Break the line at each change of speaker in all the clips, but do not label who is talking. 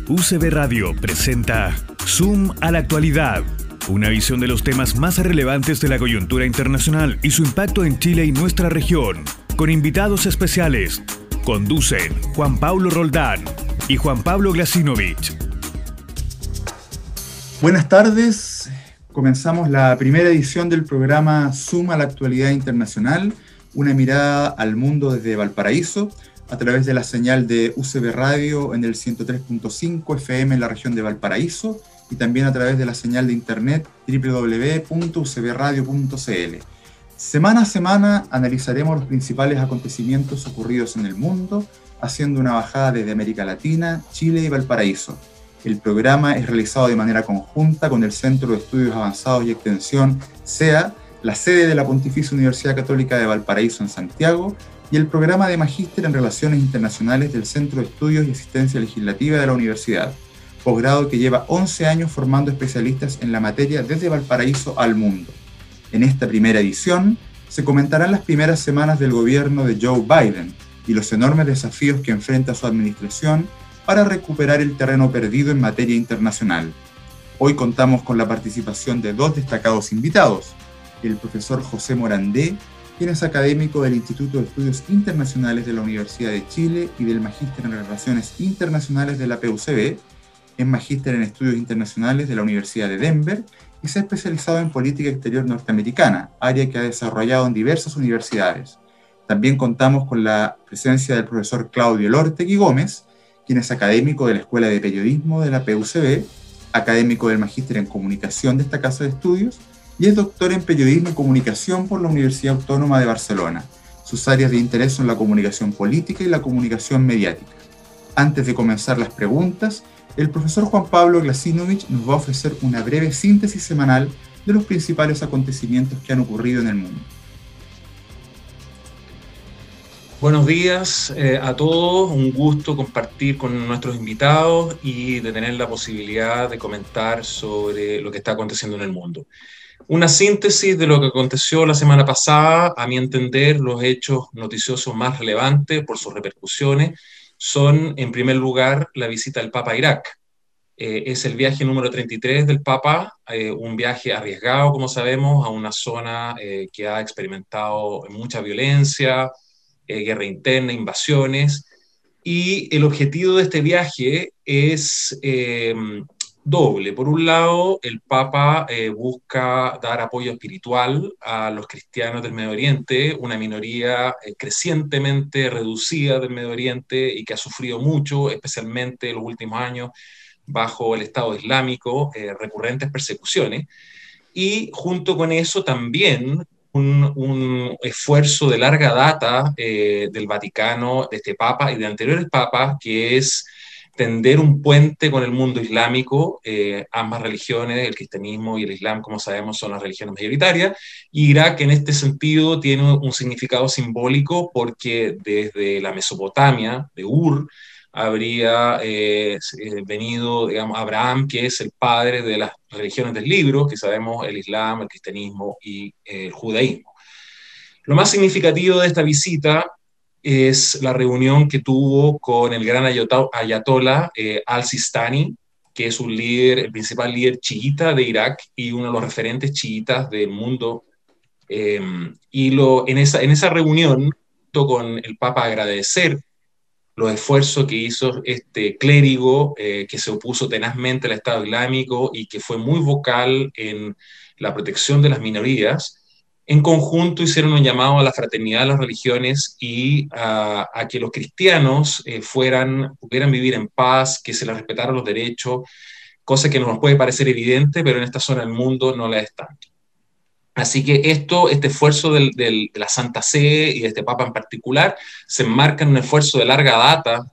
UCB Radio presenta Zoom a la actualidad, una visión de los temas más relevantes de la coyuntura internacional y su impacto en Chile y nuestra región, con invitados especiales. Conducen Juan Pablo Roldán y Juan Pablo Glasinovich.
Buenas tardes, comenzamos la primera edición del programa Zoom a la actualidad internacional, una mirada al mundo desde Valparaíso, a través de la señal de UCB Radio en el 103.5 FM en la región de Valparaíso y también a través de la señal de internet www.ucbradio.cl. Semana a semana analizaremos los principales acontecimientos ocurridos en el mundo, haciendo una bajada desde América Latina, Chile y Valparaíso. El programa es realizado de manera conjunta con el Centro de Estudios Avanzados y Extensión, CEA, la sede de la Pontificia Universidad Católica de Valparaíso en Santiago, y el programa de Magíster en Relaciones Internacionales del Centro de Estudios y Asistencia Legislativa de la Universidad, posgrado que lleva 11 años formando especialistas en la materia desde Valparaíso al mundo. En esta primera edición se comentarán las primeras semanas del gobierno de Joe Biden y los enormes desafíos que enfrenta su administración para recuperar el terreno perdido en materia internacional. Hoy contamos con la participación de dos destacados invitados, el profesor José Morandé, quien es académico del Instituto de Estudios Internacionales de la Universidad de Chile y del Magíster en Relaciones Internacionales de la PUCB, es Magíster en Estudios Internacionales de la Universidad de Denver y se ha especializado en política exterior norteamericana, área que ha desarrollado en diversas universidades. También contamos con la presencia del profesor Claudio Elortegui Gómez, quien es académico de la Escuela de Periodismo de la PUCB, académico del Magíster en Comunicación de esta casa de estudios, y es doctor en Periodismo y Comunicación por la Universidad Autónoma de Barcelona. Sus áreas de interés son la comunicación política y la comunicación mediática. Antes de comenzar las preguntas, el profesor Juan Pablo Glasinovich nos va a ofrecer una breve síntesis semanal de los principales acontecimientos que han ocurrido en el mundo.
Buenos días a todos, un gusto compartir con nuestros invitados y de tener la posibilidad de comentar sobre lo que está aconteciendo en el mundo. Una síntesis de lo que aconteció la semana pasada, a mi entender, los hechos noticiosos más relevantes por sus repercusiones son, en primer lugar, la visita del Papa a Irak. Es el viaje número 33 del Papa, un viaje arriesgado, como sabemos, a una zona que ha experimentado mucha violencia, guerra interna, invasiones, y el objetivo de este viaje es doble. Por un lado, el Papa busca dar apoyo espiritual a los cristianos del Medio Oriente, una minoría crecientemente reducida del Medio Oriente y que ha sufrido mucho, especialmente en los últimos años, bajo el Estado Islámico, recurrentes persecuciones. Y junto con eso también un esfuerzo de larga data del Vaticano, de este Papa y de anteriores papas, que es tender un puente con el mundo islámico. Ambas religiones, el cristianismo y el islam, como sabemos, son las religiones mayoritarias, y Irak en este sentido tiene un significado simbólico porque desde la Mesopotamia, de Ur, habría venido, digamos, Abraham, que es el padre de las religiones del libro, que sabemos el islam, el cristianismo y el judaísmo. Lo más significativo de esta visita es la reunión que tuvo con el gran ayatollah al-Sistani, que es un líder, el principal líder chiita de Irak y uno de los referentes chiitas del mundo. En esa reunión, con el Papa agradecer los esfuerzos que hizo este clérigo que se opuso tenazmente al Estado Islámico y que fue muy vocal en la protección de las minorías. En conjunto hicieron un llamado a la fraternidad de las religiones y a que los cristianos pudieran vivir en paz, que se les respetaran los derechos, cosa que nos puede parecer evidente, pero en esta zona del mundo no la es tanto. Así que este esfuerzo de la Santa Sede y de este Papa en particular se enmarca en un esfuerzo de larga data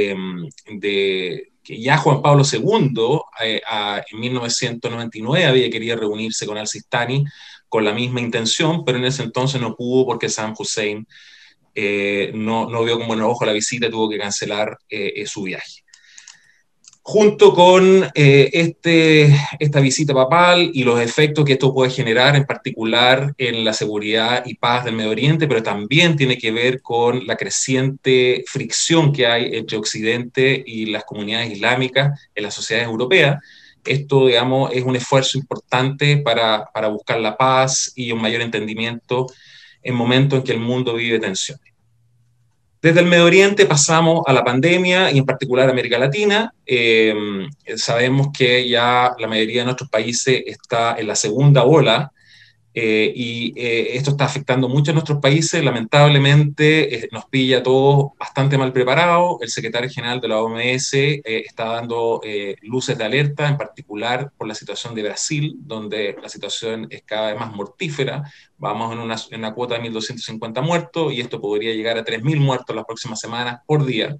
de que ya Juan Pablo II en 1999 había querido reunirse con al-Sistani con la misma intención, pero en ese entonces no pudo porque Saddam Hussein no vio con buenos ojos la visita y tuvo que cancelar su viaje. junto con esta visita papal y los efectos que esto puede generar, en particular en la seguridad y paz del Medio Oriente, pero también tiene que ver con la creciente fricción que hay entre Occidente y las comunidades islámicas en las sociedades europeas. Esto, digamos, es un esfuerzo importante para buscar la paz y un mayor entendimiento en momentos en que el mundo vive tensiones. Desde el Medio Oriente pasamos a la pandemia y en particular a América Latina. Sabemos que ya la mayoría de nuestros países está en la segunda ola esto está afectando mucho a nuestros países. Lamentablemente nos pilla a todos bastante mal preparados. El secretario general de la OMS está dando luces de alerta, en particular por la situación de Brasil, donde la situación es cada vez más mortífera. Vamos en una cuota de 1.250 muertos y esto podría llegar a 3.000 muertos las próximas semanas por día.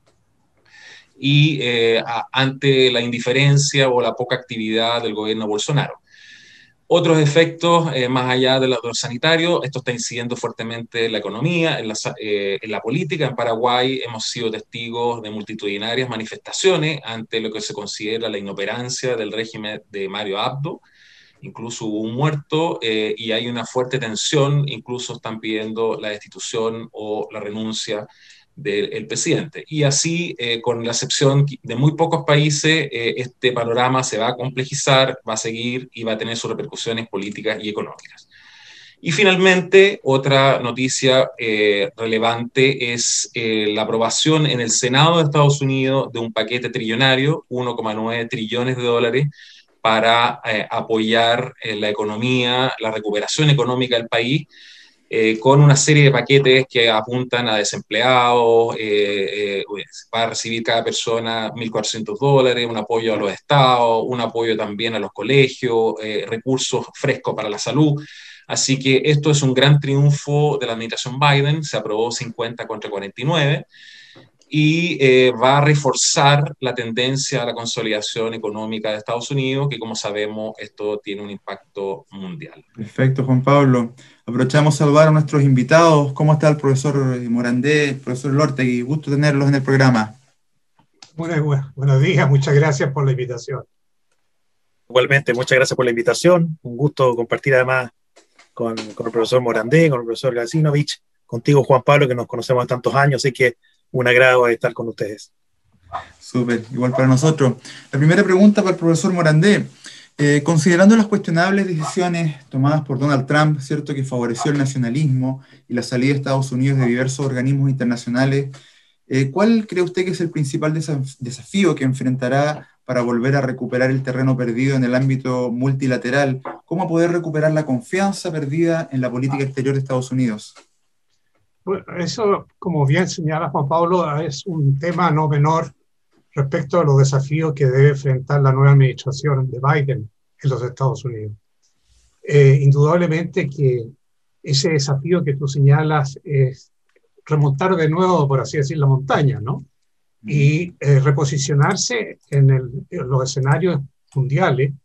Y ante la indiferencia o la poca actividad del gobierno Bolsonaro. Otros efectos, más allá de los sanitarios, esto está incidiendo fuertemente en la economía, en la política. En Paraguay hemos sido testigos de multitudinarias manifestaciones ante lo que se considera la inoperancia del régimen de Mario Abdo. Incluso hubo un muerto y hay una fuerte tensión, incluso están pidiendo la destitución o la renuncia del presidente. Y así, con la excepción de muy pocos países, este panorama se va a complejizar, va a seguir y va a tener sus repercusiones políticas y económicas. Y finalmente, otra noticia relevante es la aprobación en el Senado de Estados Unidos de un paquete trillonario, 1,9 trillones de dólares, para apoyar la economía, la recuperación económica del país, con una serie de paquetes que apuntan a desempleados, va a recibir cada persona $1.400, un apoyo a los estados, un apoyo también a los colegios, recursos frescos para la salud. Así que esto es un gran triunfo de la administración Biden, se aprobó 50 contra 49, y va a reforzar la tendencia a la consolidación económica de Estados Unidos, que como sabemos esto tiene un impacto mundial.
Perfecto, Juan Pablo. Aprovechamos a saludar a nuestros invitados. ¿Cómo está el profesor Morandé, el profesor Lortegui? Gusto tenerlos en el programa.
Buenos días, muchas gracias por la invitación.
Igualmente, muchas gracias por la invitación. Un gusto compartir además con el profesor Morandé, con el profesor Gasinovich, contigo, Juan Pablo, que nos conocemos tantos años, así que un agrado estar con ustedes.
Súper, igual para nosotros. La primera pregunta para el profesor Morandé. Considerando las cuestionables decisiones tomadas por Donald Trump, ¿cierto?, que favoreció el nacionalismo y la salida de Estados Unidos de diversos organismos internacionales, ¿cuál cree usted que es el principal desafío que enfrentará para volver a recuperar el terreno perdido en el ámbito multilateral? ¿Cómo poder recuperar la confianza perdida en la política exterior de Estados Unidos?
Bueno, eso, como bien señala Juan Pablo, es un tema no menor respecto a los desafíos que debe enfrentar la nueva administración de Biden en los Estados Unidos. Indudablemente que ese desafío que tú señalas es remontar de nuevo, por así decir, la montaña, ¿no? Y reposicionarse en los escenarios mundiales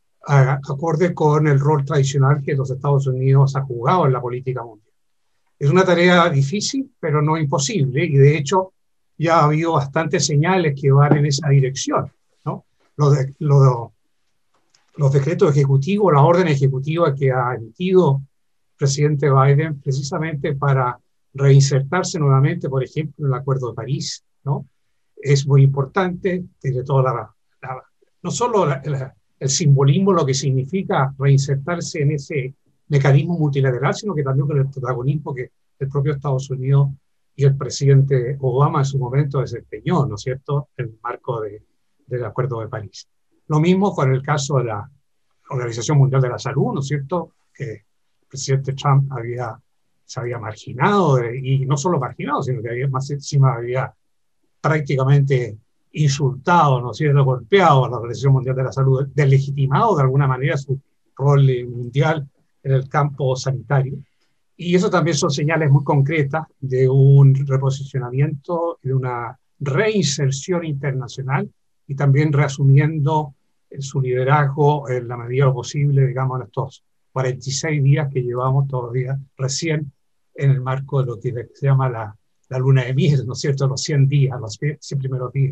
acorde con el rol tradicional que los Estados Unidos ha jugado en la política mundial. Es una tarea difícil, pero no imposible, y de hecho ya ha habido bastantes señales que van en esa dirección, ¿no? Los decretos ejecutivos, la orden ejecutiva que ha emitido el presidente Biden precisamente para reinsertarse nuevamente, por ejemplo, en el Acuerdo de París, ¿no? Es muy importante, desde toda no solo el simbolismo, lo que significa reinsertarse en ese mecanismo multilateral, sino que también con el protagonismo que el propio Estados Unidos y el presidente Obama en su momento desempeñó, ¿no es cierto?, en el marco del Acuerdo de París. Lo mismo con el caso de la Organización Mundial de la Salud, ¿no es cierto?, que el presidente Trump se había marginado, y no solo marginado, sino que más encima había prácticamente insultado, ¿no es cierto?, golpeado a la Organización Mundial de la Salud, deslegitimado de alguna manera su rol mundial en el campo sanitario. Y eso también son señales muy concretas de un reposicionamiento, de una reinserción internacional y también reasumiendo su liderazgo en la medida de lo posible, digamos, en estos 46 días que llevamos todavía recién en el marco de lo que se llama la luna de miel, ¿no es cierto?, los 100 días, los 100 primeros días.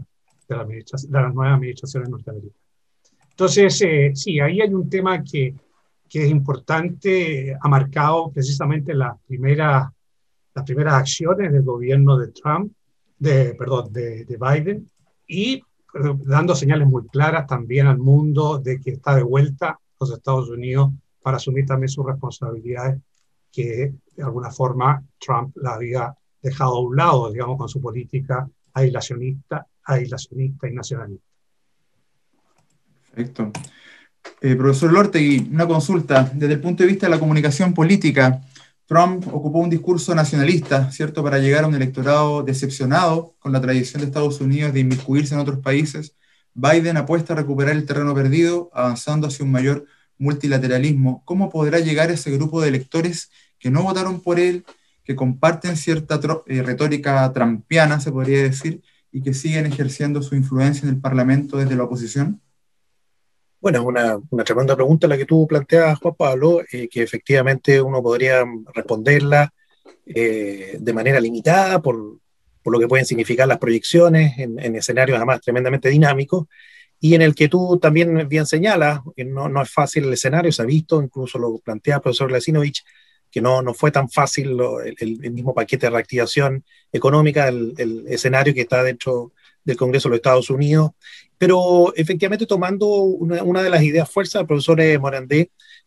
de las nuevas administraciones norteamericanas. Entonces, sí, ahí hay un tema que es importante, ha marcado precisamente las primeras acciones del gobierno de Trump, de Biden, y dando señales muy claras también al mundo de que está de vuelta los Estados Unidos para asumir también sus responsabilidades que de alguna forma Trump la había dejado a un lado, digamos, con su política aislacionista y nacionalista.
Perfecto. Profesor Elortegui, una consulta. Desde el punto de vista de la comunicación política, Trump ocupó un discurso nacionalista, ¿cierto?, para llegar a un electorado decepcionado con la tradición de Estados Unidos de inmiscuirse en otros países. Biden apuesta a recuperar el terreno perdido, avanzando hacia un mayor multilateralismo. ¿Cómo podrá llegar ese grupo de electores que no votaron por él, que comparten cierta retórica trumpiana, se podría decir, y que siguen ejerciendo su influencia en el Parlamento desde la oposición?
Bueno, es una tremenda pregunta la que tú planteas, Juan Pablo, que efectivamente uno podría responderla de manera limitada por lo que pueden significar las proyecciones en escenarios además tremendamente dinámicos, y en el que tú también bien señalas, que no es fácil el escenario, se ha visto, incluso lo plantea el profesor Lasinovich, que no fue tan fácil el mismo paquete de reactivación económica, el escenario que está dentro del Congreso de los Estados Unidos, pero efectivamente tomando una de las ideas fuerzas del profesor Morandé,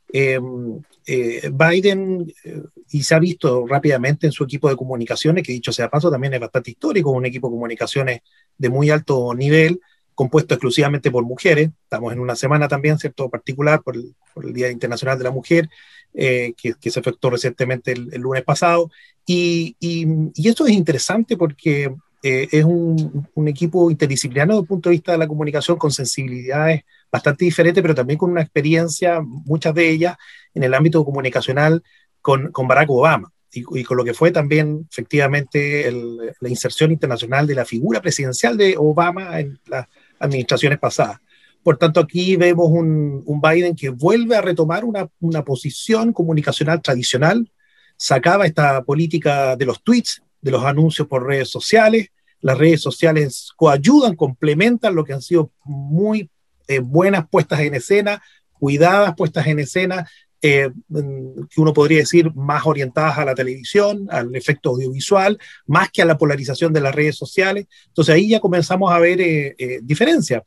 Biden, y se ha visto rápidamente en su equipo de comunicaciones, que dicho sea paso también es bastante histórico, un equipo de comunicaciones de muy alto nivel, compuesto exclusivamente por mujeres. Estamos en una semana también, ¿cierto?, particular por el Día Internacional de la Mujer, que se efectuó recientemente el lunes pasado, y esto es interesante porque es un equipo interdisciplinario desde el punto de vista de la comunicación, con sensibilidades bastante diferentes, pero también con una experiencia, muchas de ellas, en el ámbito comunicacional con Barack Obama, y con lo que fue también efectivamente la inserción internacional de la figura presidencial de Obama en las administraciones pasadas. Por tanto, aquí vemos un Biden que vuelve a retomar una posición comunicacional tradicional, sacaba esta política de los tweets, de los anuncios por redes sociales. Las redes sociales coayudan, complementan lo que han sido muy buenas puestas en escena, cuidadas puestas en escena, que uno podría decir más orientadas a la televisión, al efecto audiovisual, más que a la polarización de las redes sociales. Entonces ahí ya comenzamos a ver diferencias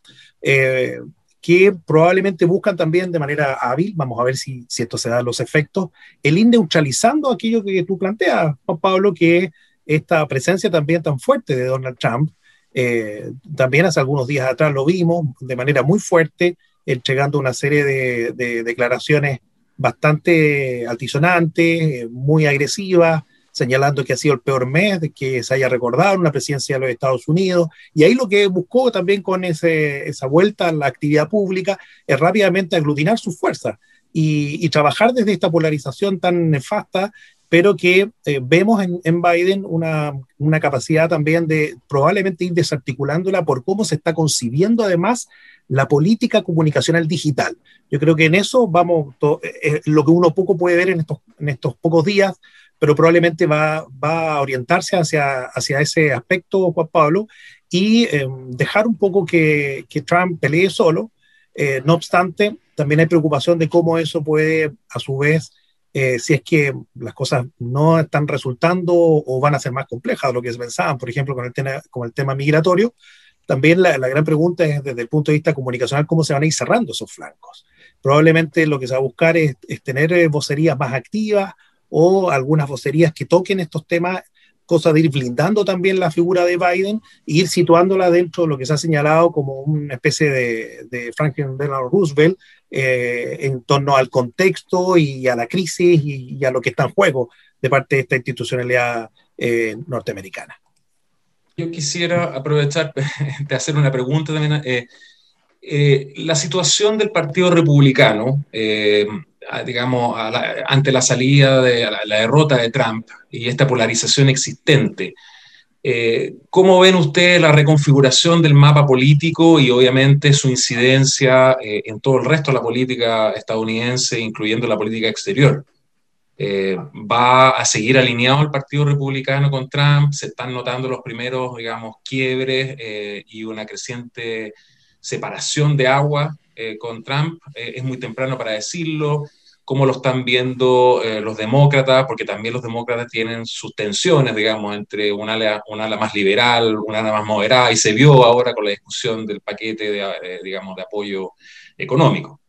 que probablemente buscan también de manera hábil, vamos a ver si esto se da los efectos, el ir neutralizando aquello que tú planteas, Juan Pablo, que esta presencia también tan fuerte de Donald Trump, también hace algunos días atrás lo vimos de manera muy fuerte, entregando una serie de declaraciones bastante altisonantes, muy agresivas, señalando que ha sido el peor mes de que se haya recordado en una presidencia de los Estados Unidos, y ahí lo que buscó también con esa vuelta a la actividad pública es rápidamente aglutinar sus fuerzas y trabajar desde esta polarización tan nefasta, pero que vemos en Biden una capacidad también de probablemente ir desarticulándola por cómo se está concibiendo además la política comunicacional digital. Yo creo que en eso vamos, lo que uno poco puede ver en estos pocos días, pero probablemente va a orientarse hacia ese aspecto, Juan Pablo, y dejar un poco que Trump pelee solo. No obstante, también hay preocupación de cómo eso puede, a su vez, si es que las cosas no están resultando o van a ser más complejas de lo que se pensaban, por ejemplo, con el tema migratorio. También la gran pregunta es, desde el punto de vista comunicacional, cómo se van a ir cerrando esos flancos. Probablemente lo que se va a buscar es tener vocerías más activas o algunas vocerías que toquen estos temas, cosa de ir blindando también la figura de Biden e ir situándola dentro de lo que se ha señalado como una especie de Franklin Delano Roosevelt en torno al contexto y a la crisis y a lo que está en juego de parte de esta institucionalidad norteamericana.
Yo quisiera aprovechar de hacer una pregunta también. La situación del Partido Republicano, digamos, ante la salida de la derrota de Trump y esta polarización existente, ¿cómo ven ustedes la reconfiguración del mapa político y obviamente su incidencia en todo el resto de la política estadounidense, incluyendo la política exterior? va a seguir alineado el Partido Republicano con Trump. Se están notando los primeros, digamos, quiebres y una creciente separación de agua con Trump. Es muy temprano para decirlo. Cómo lo están viendo los demócratas, porque también los demócratas tienen sus tensiones, digamos, entre un ala más liberal, un ala más moderada, y se vio ahora con la discusión del paquete digamos, de apoyo económico.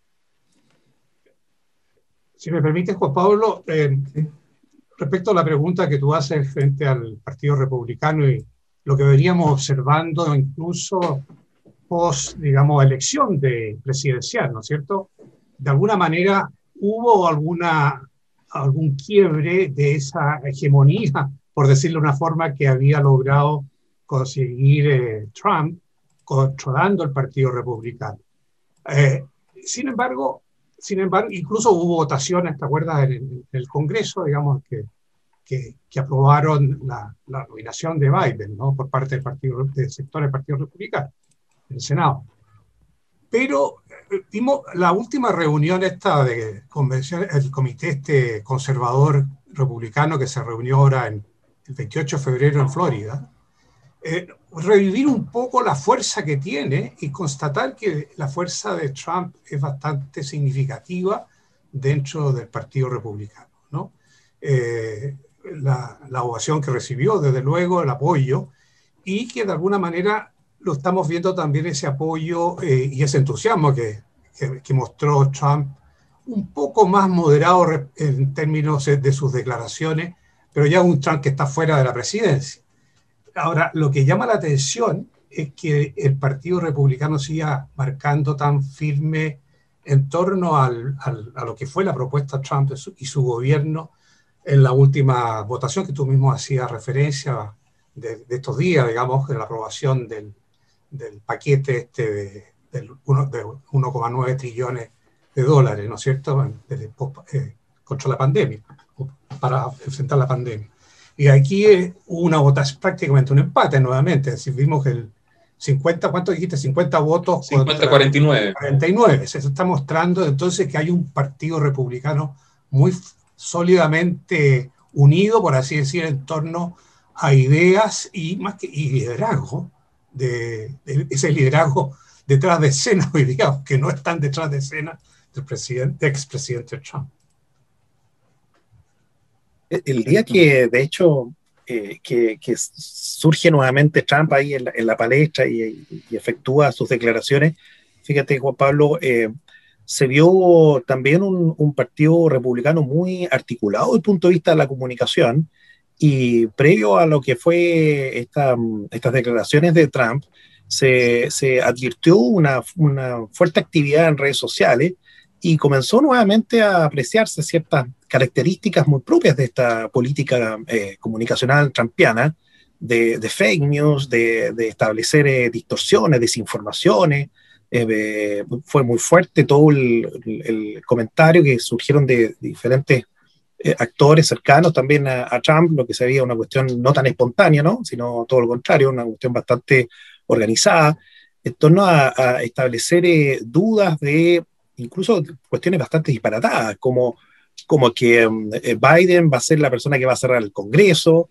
Si me permite, Juan Pablo, respecto a la pregunta que tú haces frente al Partido Republicano y lo que veníamos observando incluso post, digamos, elección presidencial, ¿no es cierto? De alguna manera hubo algún quiebre de esa hegemonía, por decirlo de una forma, que había logrado conseguir Trump, controlando el Partido Republicano. Sin embargo, incluso hubo votaciones, ¿te acuerdas?, en el Congreso, digamos, que aprobaron la nominación de Biden, ¿no?, por parte del sector del Partido Republicano, en el Senado. Pero vimos la última reunión esta de convención, el comité conservador republicano que se reunió ahora el 28 de febrero en Florida, revivir un poco la fuerza que tiene y constatar que la fuerza de Trump es bastante significativa dentro del Partido Republicano, ¿no? La ovación que recibió, desde luego, el apoyo, y que de alguna manera lo estamos viendo también ese apoyo y ese entusiasmo que mostró Trump, un poco más moderado en términos de sus declaraciones, pero ya un Trump que está fuera de la presidencia. Ahora, lo que llama la atención es que el Partido Republicano siga marcando tan firme en torno a lo que fue la propuesta de Trump y su gobierno en la última votación que tú mismo hacías referencia de estos días, digamos, de la aprobación del paquete de 1,9 trillones de dólares, ¿no es cierto?, contra la pandemia, para enfrentar la pandemia. Y aquí hubo una votación, prácticamente un empate nuevamente, es decir, vimos que el 50, ¿cuánto dijiste? 50 votos
50-49.
49. Se está mostrando entonces que hay un partido republicano muy sólidamente unido, por así decir, en torno a ideas y liderazgo, ese liderazgo detrás de escena, digamos, que no están detrás de escena del expresidente Trump.
El día que, de hecho, que surge nuevamente Trump ahí en la palestra y efectúa sus declaraciones, fíjate, Juan Pablo, se vio también un partido republicano muy articulado desde el punto de vista de la comunicación, y previo a lo que fue estas declaraciones de Trump, se advirtió una fuerte actividad en redes sociales y comenzó nuevamente a apreciarse ciertas características muy propias de esta política comunicacional trumpiana, de fake news, de establecer distorsiones, desinformaciones. Fue muy fuerte todo el comentario que surgieron de diferentes actores cercanos también a Trump, lo que se veía una cuestión no tan espontánea, ¿no?, sino todo lo contrario, una cuestión bastante organizada, en torno a establecer dudas de incluso cuestiones bastante disparatadas, como que Biden va a ser la persona que va a cerrar el Congreso,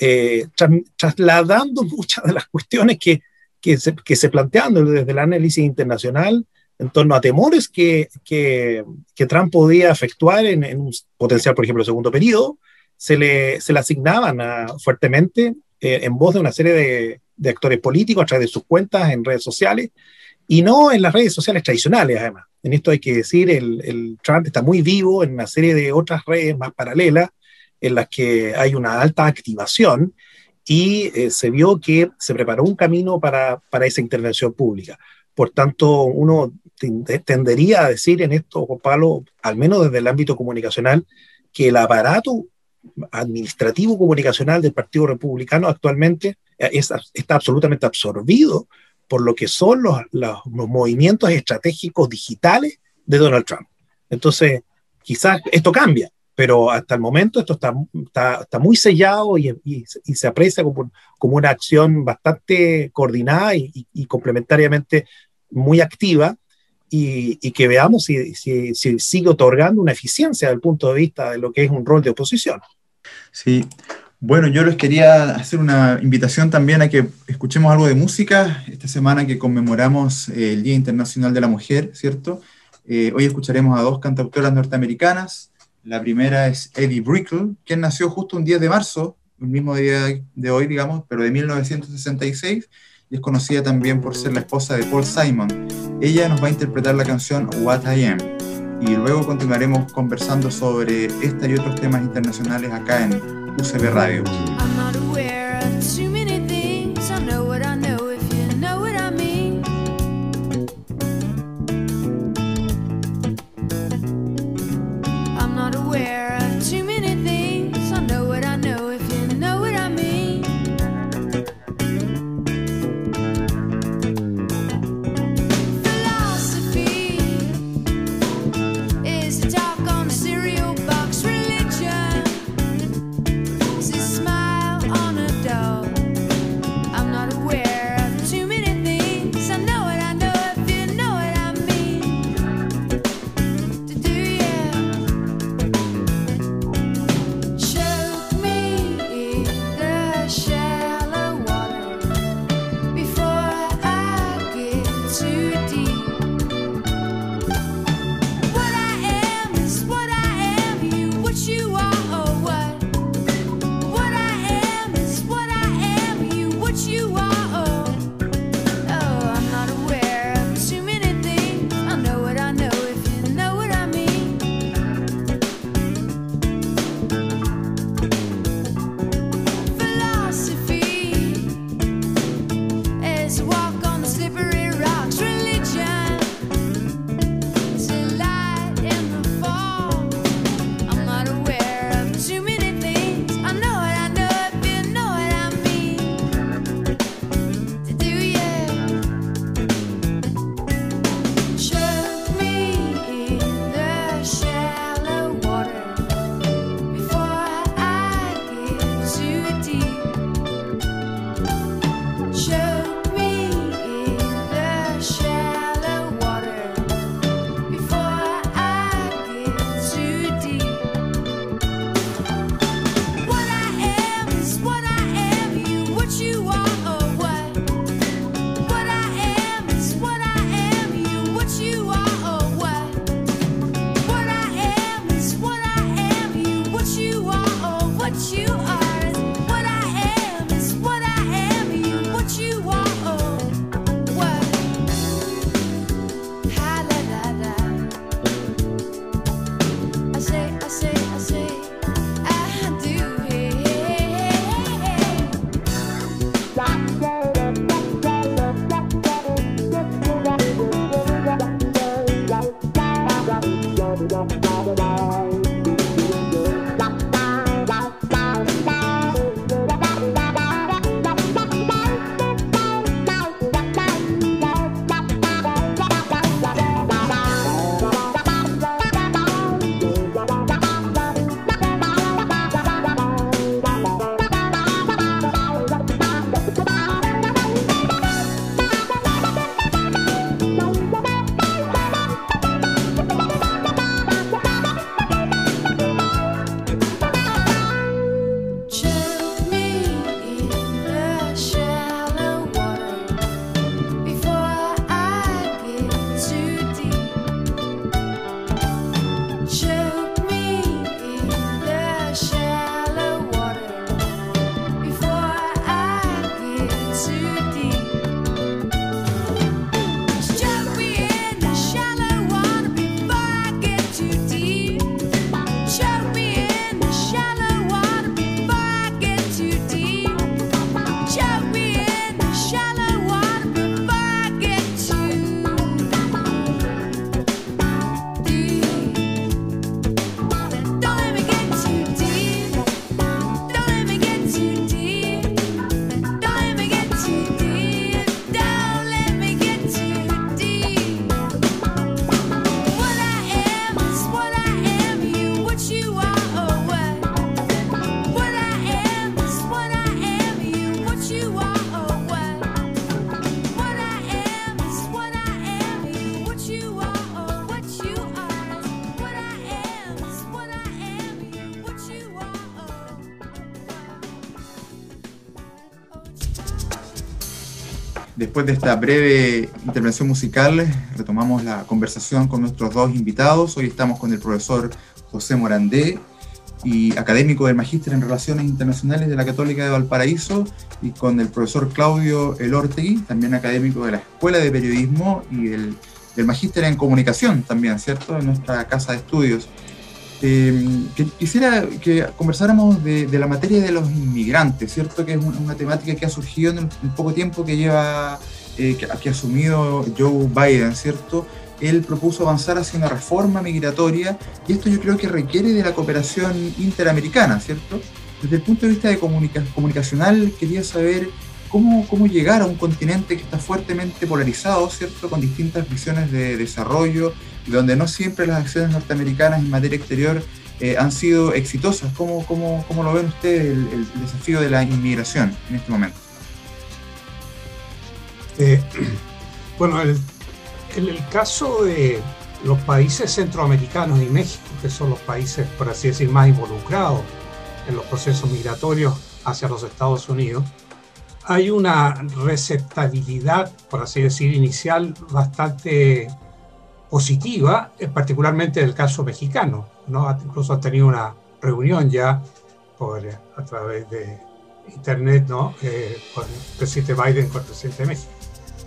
trasladando muchas de las cuestiones que se plantean desde el análisis internacional en torno a temores que Trump podía efectuar en un potencial, por ejemplo, segundo periodo. Se le asignaban fuertemente en voz de una serie de actores políticos a través de sus cuentas en redes sociales, y no en las redes sociales tradicionales, además. En esto hay que decir, el Trump está muy vivo en una serie de otras redes más paralelas en las que hay una alta activación, y se vio que se preparó un camino para esa intervención pública. Por tanto, uno tendería a decir en esto, Juan Pablo, al menos desde el ámbito comunicacional, que el aparato administrativo comunicacional del Partido Republicano actualmente está absolutamente absorbido por lo que son los movimientos estratégicos digitales de Donald Trump. Entonces, quizás esto cambia, pero hasta el momento esto está muy sellado y se aprecia como una acción bastante coordinada y complementariamente muy activa, y que veamos si sigue otorgando una eficiencia desde el punto de vista de lo que es un rol de oposición.
Sí, bueno, yo les quería hacer una invitación también a que escuchemos algo de música esta semana que conmemoramos el Día Internacional de la Mujer, ¿cierto? Hoy escucharemos a dos cantautoras norteamericanas. La primera es Eddie Brickell, quien nació justo un 10 de marzo, el mismo día de hoy, digamos, pero de 1966, y es conocida también por ser la esposa de Paul Simon. Ella nos va a interpretar la canción What I Am, y luego continuaremos conversando sobre esta y otros temas internacionales acá en UCB Radio.
Walk on the slippery rocks, religion
Después de esta breve intervención musical, retomamos la conversación con nuestros dos invitados. Hoy estamos con el profesor José Morandé, y académico del Magíster en Relaciones Internacionales de la Católica de Valparaíso, y con el profesor Claudio Elortegui, también académico de la Escuela de Periodismo y del Magíster en Comunicación también, ¿cierto?, en nuestra casa de estudios. Quisiera que conversáramos de la materia de los inmigrantes, ¿cierto?, que es una temática que ha surgido en el poco tiempo que lleva, que ha asumido Joe Biden, ¿cierto? Él propuso avanzar hacia una reforma migratoria, y esto yo creo que requiere de la cooperación interamericana, ¿cierto? Desde el punto de vista de comunicacional, quería saber cómo llegar a un continente que está fuertemente polarizado, ¿cierto?, con distintas visiones de desarrollo, y donde no siempre las acciones norteamericanas en materia exterior han sido exitosas. ¿Cómo lo ven ustedes el desafío de la inmigración en este momento?
Bueno, en el caso de los países centroamericanos y México, que son los países, por así decir, más involucrados en los procesos migratorios hacia los Estados Unidos, hay una receptividad, por así decir, inicial bastante positiva, particularmente en el caso mexicano, ¿no? Incluso ha tenido una reunión ya a través de internet, ¿no? Con el presidente Biden, con el presidente de México.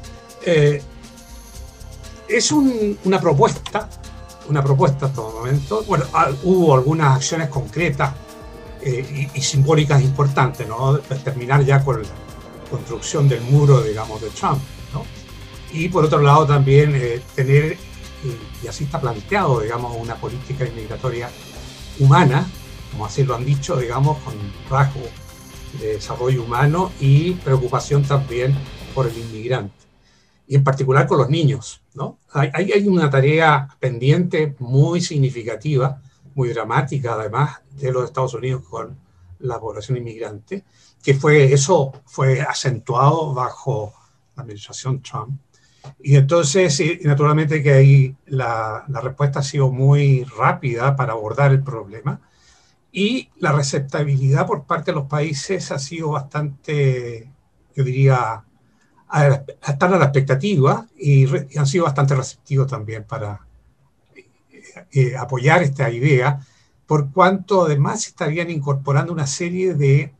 Es una propuesta en todo momento. Bueno, hubo algunas acciones concretas y simbólicas importantes, ¿no? Terminar ya con la construcción del muro, digamos, de Trump, ¿no? Y por otro lado también tener, y así está planteado, digamos, una política inmigratoria humana, como así lo han dicho, digamos, con rasgo de desarrollo humano y preocupación también por el inmigrante, y en particular con los niños, ¿no? Hay una tarea pendiente muy significativa, muy dramática además, de los Estados Unidos con la población inmigrante, que fue acentuado bajo la administración Trump. Y entonces, naturalmente que ahí la respuesta ha sido muy rápida para abordar el problema, y la receptibilidad por parte de los países ha sido bastante, yo diría, están a la expectativa, y han sido bastante receptivos también para apoyar esta idea, por cuanto además estarían incorporando una serie de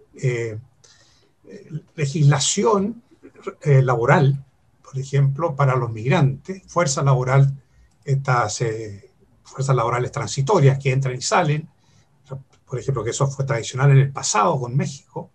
legislación laboral, por ejemplo, para los migrantes, fuerza laboral, estas fuerzas laborales transitorias que entran y salen, por ejemplo, que eso fue tradicional en el pasado con México,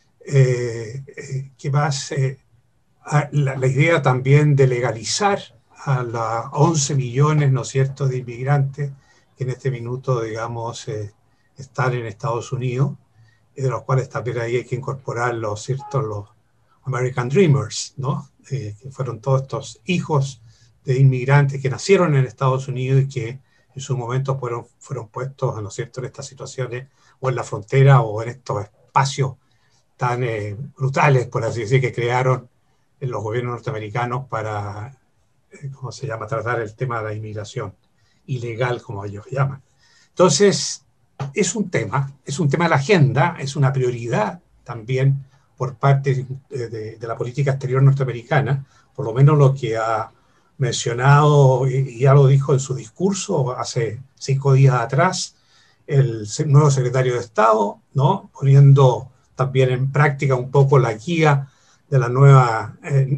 que más la idea también de legalizar a los 11 millones, ¿no es cierto?, de inmigrantes que en este minuto, digamos, están en Estados Unidos, y de los cuales también ahí hay que incorporar los American Dreamers, ¿no? Que fueron todos estos hijos de inmigrantes que nacieron en Estados Unidos y que en su momento fueron puestos, ¿no es cierto?, en estas situaciones, o en la frontera, o en estos espacios tan brutales, por así decir, que crearon en los gobiernos norteamericanos para, ¿cómo se llama?, tratar el tema de la inmigración ilegal, como ellos llaman. Entonces, es un tema de la agenda, es una prioridad también por parte de la política exterior norteamericana, por lo menos lo que ha mencionado, y ya lo dijo en su discurso hace 5 días atrás, el nuevo secretario de Estado, ¿no?, poniendo también en práctica un poco la guía de la nueva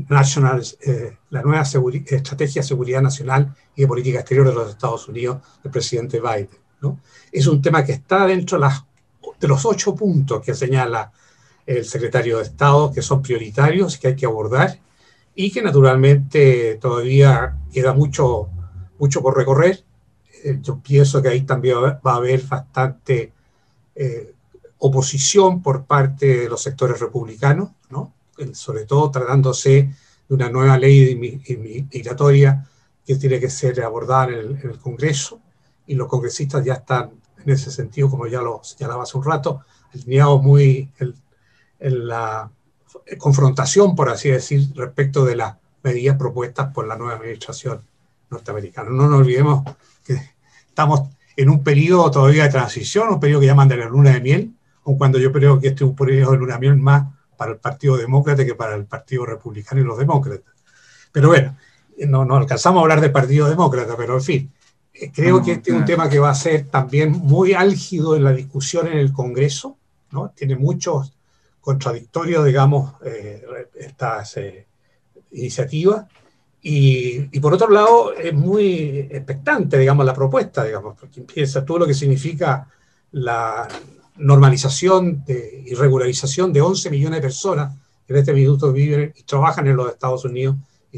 Estrategia de Seguridad Nacional y de Política Exterior de los Estados Unidos del presidente Biden, ¿no? Es un tema que está dentro de los 8 puntos que señala el secretario de Estado, que son prioritarios y que hay que abordar, y que naturalmente todavía queda mucho por recorrer. Yo pienso que ahí también va a haber bastante oposición por parte de los sectores republicanos, ¿no?, sobre todo tratándose de una nueva ley migratoria que tiene que ser abordada en el Congreso, y los congresistas ya están en ese sentido, como ya lo señalaba hace un rato, alineados muy en la confrontación, por así decir, respecto de las medidas propuestas por la nueva administración norteamericana. No nos olvidemos que estamos en un periodo todavía de transición, un periodo que llaman de la luna de miel, aun cuando yo creo que este es un periodo de luna de miel más para el Partido Demócrata que para el Partido Republicano y los demócratas. Pero bueno, no alcanzamos a hablar del Partido Demócrata, pero en fin, creo que este es un tema que va a ser también muy álgido en la discusión en el Congreso, ¿no? Tiene muchos contradictorios, digamos, estas iniciativas. Y por otro lado, es muy expectante, digamos, la propuesta, digamos, porque empieza todo lo que significa la normalización y regularización de 11 millones de personas que en este minuto viven y trabajan en los Estados Unidos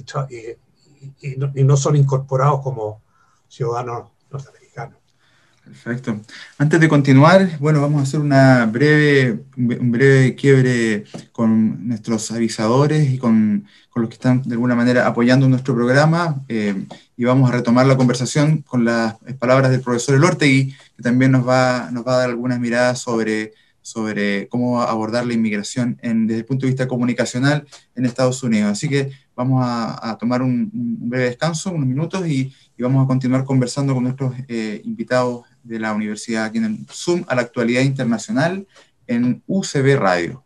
y no son incorporados como ciudadanos norteamericanos.
Perfecto. Antes de continuar, bueno, vamos a hacer un breve quiebre con nuestros avisadores y con los que están de alguna manera apoyando nuestro programa, y vamos a retomar la conversación con las palabras del profesor Elortegui, que también nos va a dar algunas miradas sobre cómo abordar la inmigración desde el punto de vista comunicacional en Estados Unidos. Así que vamos a tomar un breve descanso, unos minutos, y vamos a continuar conversando con nuestros invitados de la universidad aquí en el Zoom a la actualidad internacional en UCB Radio.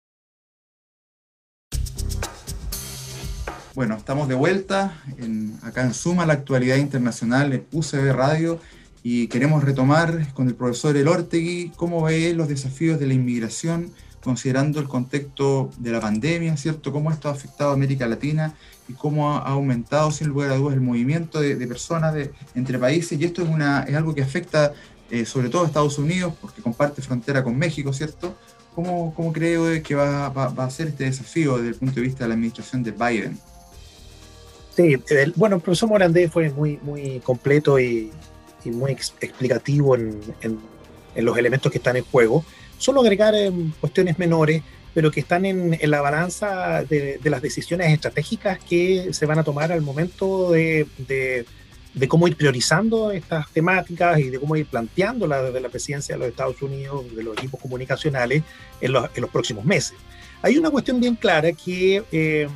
Bueno, estamos de vuelta acá en Zoom a la actualidad internacional en UCB Radio, y queremos retomar con el profesor Elortegui cómo ve los desafíos de la inmigración considerando el contexto de la pandemia, ¿cierto? Cómo esto ha afectado a América Latina y cómo ha aumentado, sin lugar a dudas, el movimiento de personas entre países. Y esto es algo que afecta sobre todo a Estados Unidos, porque comparte frontera con México, ¿cierto? ¿Cómo creo que va a ser este desafío desde el punto de vista de la administración de Biden?
Sí, bueno, el profesor Morandé fue muy, muy completo y muy explicativo en los elementos que están en juego. Solo agregar cuestiones menores, pero que están en la balanza de las decisiones estratégicas que se van a tomar al momento de cómo ir priorizando estas temáticas y de cómo ir planteándolas desde la presidencia de los Estados Unidos, de los equipos comunicacionales en los próximos meses. Hay una cuestión bien clara que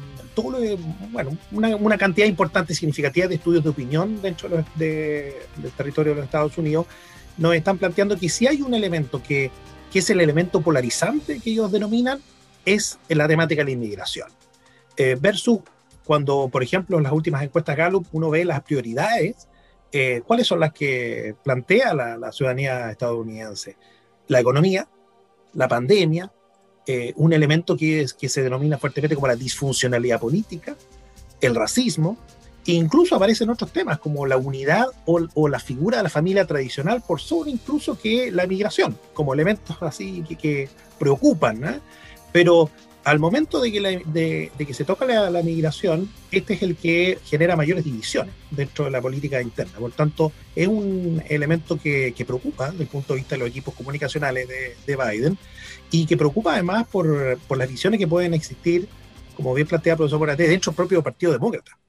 una cantidad importante y significativa de estudios de opinión dentro del territorio de los Estados Unidos nos están planteando que si hay un elemento que es el elemento polarizante que ellos denominan, es la temática de la inmigración. Versus cuando, por ejemplo, en las últimas encuestas Gallup uno ve las prioridades, ¿cuáles son las que plantea la ciudadanía estadounidense? La economía, la pandemia, un elemento que se denomina fuertemente como la disfuncionalidad política, el racismo, e incluso aparecen otros temas como la unidad o la figura de la familia tradicional por sobre incluso que la migración, como elementos así que preocupan, ¿no? Pero al momento de que se toca la migración, este es el que genera mayores divisiones dentro de la política interna. Por tanto, es un elemento que preocupa desde el punto de vista de los equipos comunicacionales de Biden, y que preocupa además por las visiones que pueden existir, como bien plantea el profesor Moraté, dentro del propio Partido Demócrata.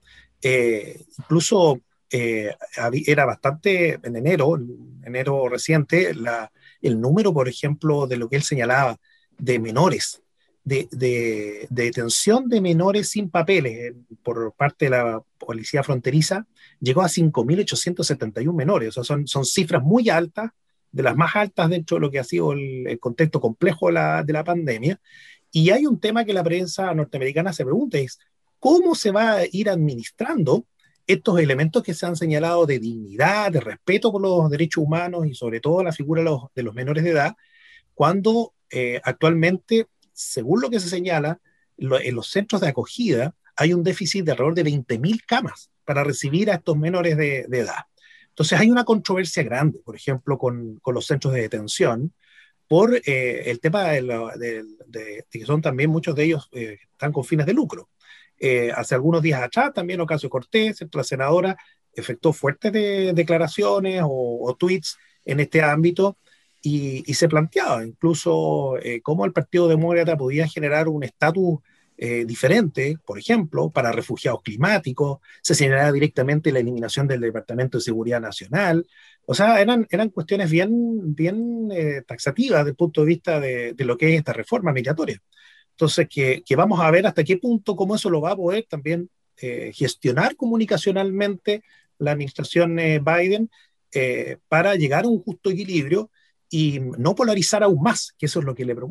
Incluso era bastante en enero reciente, el número, por ejemplo, de lo que él señalaba de menores, de detención de menores sin papeles por parte de la policía fronteriza, llegó a 5.871 menores. O sea, son cifras muy altas, de las más altas dentro de lo que ha sido el contexto complejo de la pandemia. Y hay un tema que la prensa norteamericana se pregunta, es ¿cómo se va a ir administrando estos elementos que se han señalado de dignidad, de respeto por los derechos humanos y sobre todo la figura de los menores de edad, cuando actualmente, según lo que se señala, en los centros de acogida hay un déficit de alrededor de 20.000 camas para recibir a estos menores de edad? Entonces hay una controversia grande, por ejemplo, con los centros de detención, por el tema de que son también muchos de ellos están con fines de lucro. Hace algunos días atrás, también Ocasio-Cortez, la senadora, efectuó fuertes declaraciones o tweets en este ámbito, y se planteaba incluso cómo el Partido Demócrata podía generar un estatus diferente, por ejemplo, para refugiados climáticos. Se señalaba directamente la eliminación del Departamento de Seguridad Nacional. O sea, eran cuestiones bien taxativas desde el punto de vista de lo que es esta reforma migratoria. Entonces, que vamos a ver hasta qué punto, cómo eso lo va a poder también gestionar comunicacionalmente la administración Biden para llegar a un justo equilibrio y no polarizar aún más, que eso es lo que le preocupa.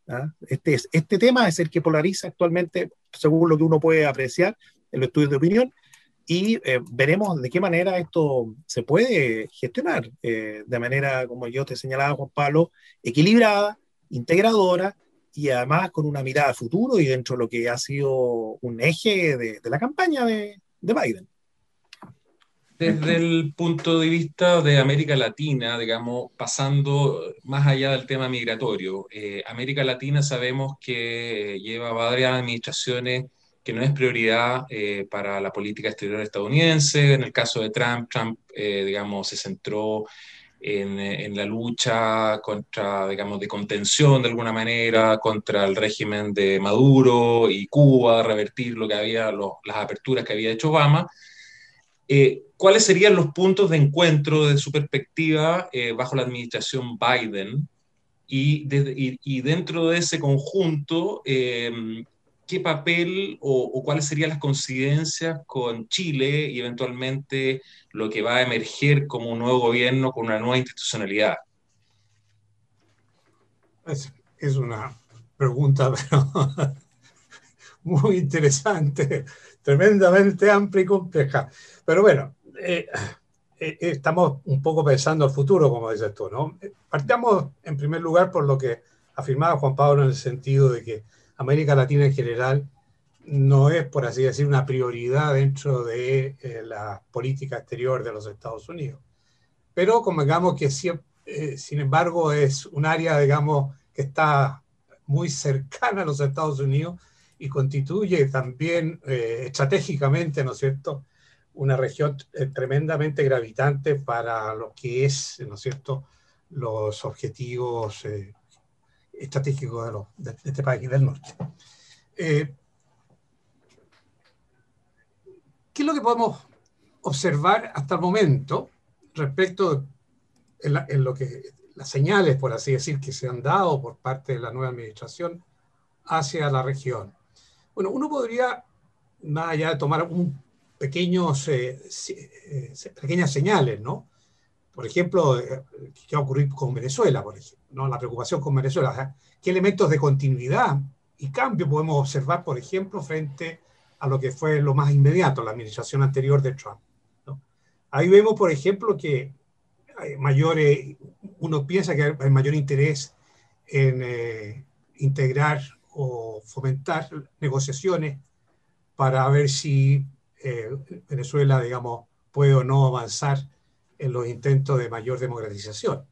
¿ah? Este tema es el que polariza actualmente, según lo que uno puede apreciar en los estudios de opinión, y veremos de qué manera esto se puede gestionar de manera, como yo te señalaba, Juan Pablo, equilibrada, integradora y además con una mirada a futuro y dentro de lo que ha sido un eje de la campaña de Biden.
Desde el punto de vista de América Latina, digamos, pasando más allá del tema migratorio, América Latina sabemos que lleva varias administraciones que no es prioridad para la política exterior estadounidense. En el caso de Trump, digamos, se centró en la lucha contra, digamos, de contención de alguna manera, contra el régimen de Maduro y Cuba, revertir lo que había, las aperturas que había hecho Obama. ¿Cuáles serían los puntos de encuentro de su perspectiva bajo la administración Biden? Y dentro de ese conjunto, ¿qué papel o cuáles serían las coincidencias con Chile y eventualmente lo que va a emerger como un nuevo gobierno con una nueva institucionalidad?
Es una pregunta pero muy interesante, tremendamente amplia y compleja. Pero bueno, estamos un poco pensando al futuro, como dices tú, ¿no? Partamos en primer lugar por lo que afirmaba Juan Pablo en el sentido de que América Latina en general no es, por así decir, una prioridad dentro de la política exterior de los Estados Unidos. Pero convengamos que sin embargo es un área, digamos, que está muy cercana a los Estados Unidos y constituye también estratégicamente, ¿no es cierto?, una región tremendamente gravitante para lo que es, ¿no es cierto?, los objetivos estratégicos de este país del norte. ¿Qué es lo que podemos observar hasta el momento respecto en lo que las señales, por así decir, que se han dado por parte de la nueva administración hacia la región? Bueno, uno podría, más allá de tomar pequeñas señales, ¿no? Por ejemplo, ¿qué va a ocurrir con Venezuela, por ejemplo, ¿no? La preocupación con Venezuela. O sea, ¿qué elementos de continuidad y cambio podemos observar, por ejemplo, frente a lo que fue lo más inmediato, la administración anterior de Trump, ¿no? Ahí vemos, por ejemplo, que hay uno piensa que hay mayor interés en integrar o fomentar negociaciones para ver si Venezuela, digamos, puede o no avanzar en los intentos de mayor democratización.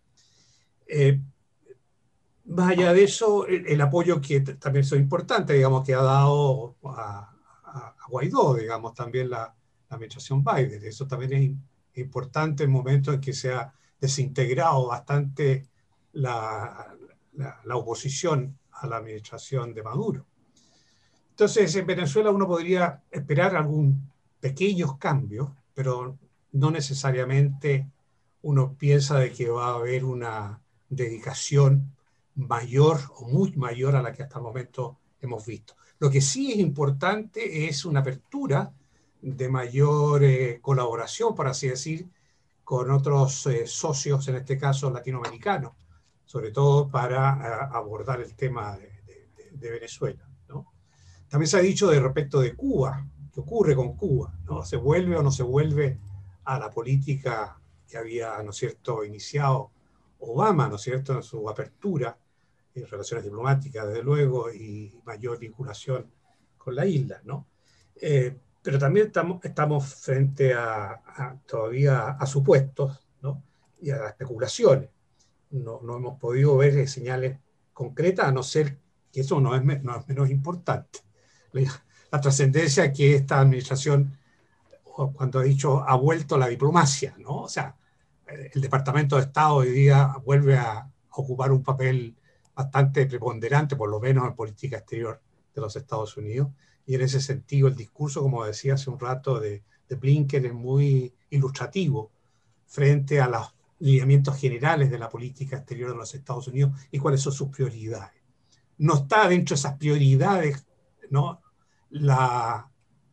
Más allá de eso, el apoyo que también es importante, digamos, que ha dado a Guaidó, digamos, también la administración Biden. Eso también es importante en momentos en que se ha desintegrado bastante la oposición a la administración de Maduro. Entonces, en Venezuela uno podría esperar algún pequeños cambios, pero no necesariamente uno piensa de que va a haber una dedicación mayor o muy mayor a la que hasta el momento hemos visto. Lo que sí es importante es una apertura de mayor colaboración, por así decir, con otros socios, en este caso latinoamericanos, sobre todo para abordar el tema de Venezuela, ¿no? También se ha dicho de respecto de Cuba, ¿qué ocurre con Cuba, ¿no? ¿Se vuelve o no se vuelve a la política que había, ¿no es cierto?, iniciado Obama, ¿no es cierto?, en su apertura, en relaciones diplomáticas, desde luego, y mayor vinculación con la isla, ¿no? Pero también estamos frente todavía a supuestos, ¿no?, y a especulaciones. No hemos podido ver señales concretas, a no ser que eso no es menos importante. La trascendencia que esta administración, cuando ha dicho, ha vuelto a la diplomacia, ¿no? O sea, el Departamento de Estado hoy día vuelve a ocupar un papel bastante preponderante, por lo menos en política exterior de los Estados Unidos, y en ese sentido el discurso, como decía hace un rato, de Blinken es muy ilustrativo frente a los lineamientos generales de la política exterior de los Estados Unidos y cuáles son sus prioridades. No está dentro de esas prioridades, ¿no?, la